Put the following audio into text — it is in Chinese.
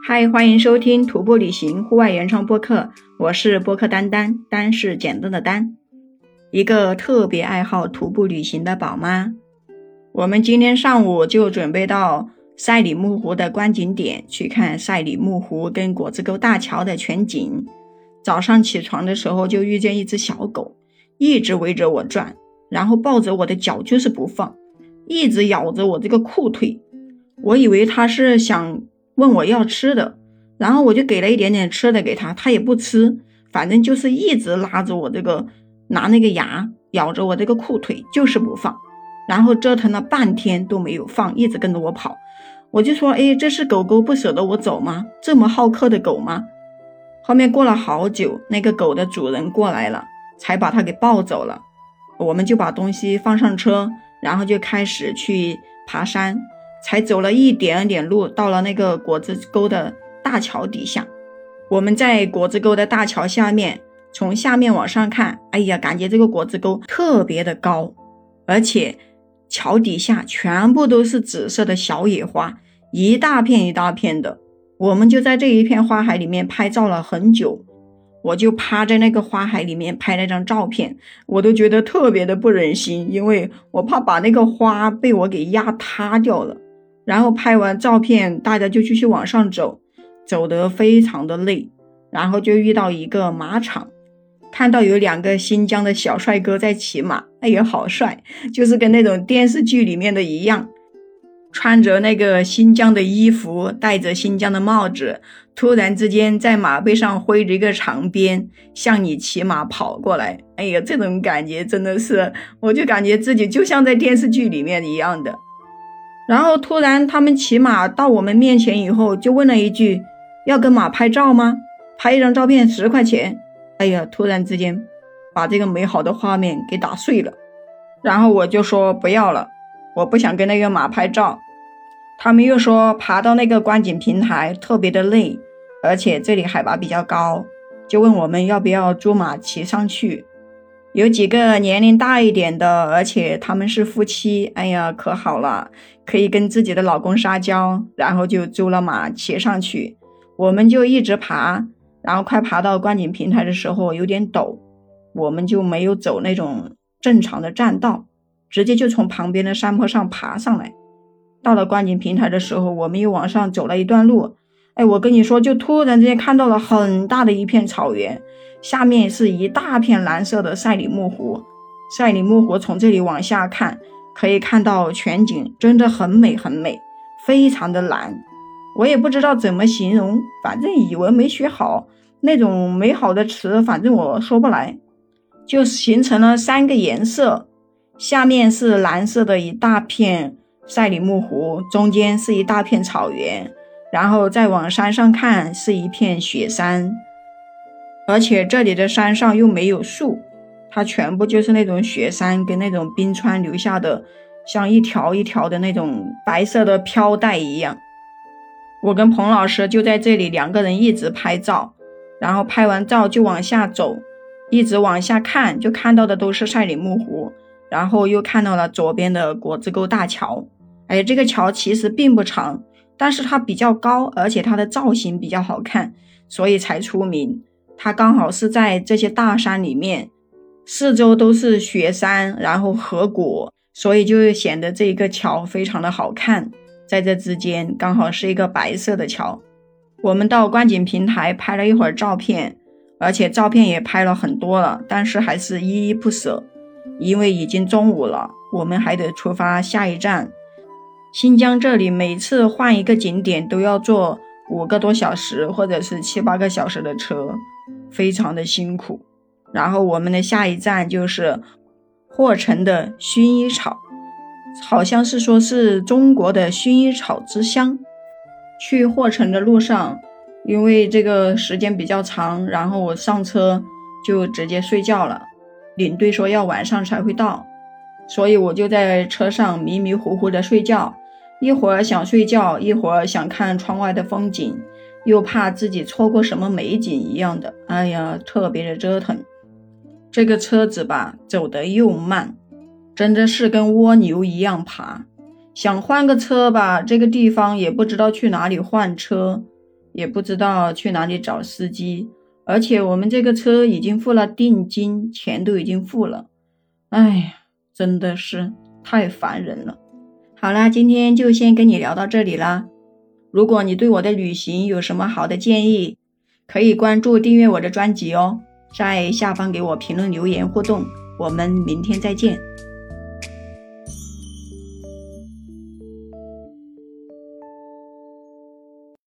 嗨，欢迎收听徒步旅行户外原创播客，我是播客丹丹，丹是简单的丹，一个特别爱好徒步旅行的宝妈。我们今天上午就准备到赛里木湖的观景点去看赛里木湖跟果子沟大桥的全景。早上起床的时候就遇见一只小狗，一直围着我转，然后抱着我的脚就是不放，一直咬着我这个裤腿。我以为它是想问我要吃的，然后我就给了一点点吃的给他，他也不吃，反正就是一直拉着我这个，拿那个牙咬着我这个裤腿就是不放，然后折腾了半天都没有放，一直跟着我跑。我就说这是狗狗不舍得我走吗？这么好客的狗吗？后面过了好久，那个狗的主人过来了，才把它给抱走了。我们就把东西放上车，然后就开始去爬山，才走了一点点路，到了那个果子沟的大桥底下。我们在果子沟的大桥下面，从下面往上看，感觉这个果子沟特别的高，而且桥底下全部都是紫色的小野花，一大片一大片的。我们就在这一片花海里面拍照了很久，我就趴在那个花海里面拍那张照片，我都觉得特别的不忍心，因为我怕把那个花被我给压塌掉了。然后拍完照片，大家就继续往上走，走得非常的累，然后就遇到一个马场，看到有2个新疆的小帅哥在骑马，好帅，就是跟那种电视剧里面的一样，穿着那个新疆的衣服，戴着新疆的帽子，突然之间在马背上挥着一个长鞭，向你骑马跑过来。这种感觉真的是，我就感觉自己就像在电视剧里面一样的。然后突然他们骑马到我们面前以后，就问了一句，要跟马拍照吗？拍一张照片10块钱。突然之间把这个美好的画面给打碎了。然后我就说不要了，我不想跟那个马拍照。他们又说爬到那个观景平台特别的累，而且这里海拔比较高，就问我们要不要租马骑上去。有几个年龄大一点的，而且他们是夫妻，可好了，可以跟自己的老公撒娇，然后就租了马骑上去。我们就一直爬，然后快爬到观景平台的时候有点陡，我们就没有走那种正常的栈道，直接就从旁边的山坡上爬上来。到了观景平台的时候，我们又往上走了一段路，我跟你说，就突然之间看到了很大的一片草原，下面是一大片蓝色的赛里木湖。赛里木湖从这里往下看，可以看到全景，真的很美很美，非常的蓝。我也不知道怎么形容，反正语文没学好，那种美好的词反正我说不来，就形成了3个颜色，下面是蓝色的一大片赛里木湖，中间是一大片草原，然后再往山上看是一片雪山，而且这里的山上又没有树，它全部就是那种雪山跟那种冰川留下的像一条一条的那种白色的飘带一样。我跟彭老师就在这里2个人一直拍照，然后拍完照就往下走，一直往下看，就看到的都是赛里木湖，然后又看到了左边的果子沟大桥。这个桥其实并不长，但是它比较高，而且它的造型比较好看，所以才出名。它刚好是在这些大山里面，四周都是雪山，然后河谷，所以就显得这一个桥非常的好看。在这之间刚好是一个白色的桥。我们到观景平台拍了一会儿照片，而且照片也拍了很多了，但是还是依依不舍，因为已经中午了，我们还得出发下一站。新疆这里每次换一个景点都要坐5个多小时或者是7、8个小时的车，非常的辛苦。然后我们的下一站就是霍城的薰衣草，好像是说是中国的薰衣草之乡。去霍城的路上，因为这个时间比较长，然后我上车就直接睡觉了，领队说要晚上才会到，所以我就在车上迷迷糊糊的睡觉，一会儿想睡觉，一会儿想看窗外的风景，又怕自己错过什么美景一样的，特别的折腾。这个车子吧，走得又慢，真的是跟蜗牛一样爬。想换个车吧，这个地方也不知道去哪里换车， 也不知道去哪里找司机，而且我们这个车已经付了定金，钱都已经付了。哎呀，真的是太烦人了。好啦，今天就先跟你聊到这里啦。如果你对我的旅行有什么好的建议，可以关注订阅我的专辑哦，在下方给我评论留言互动。我们明天再见。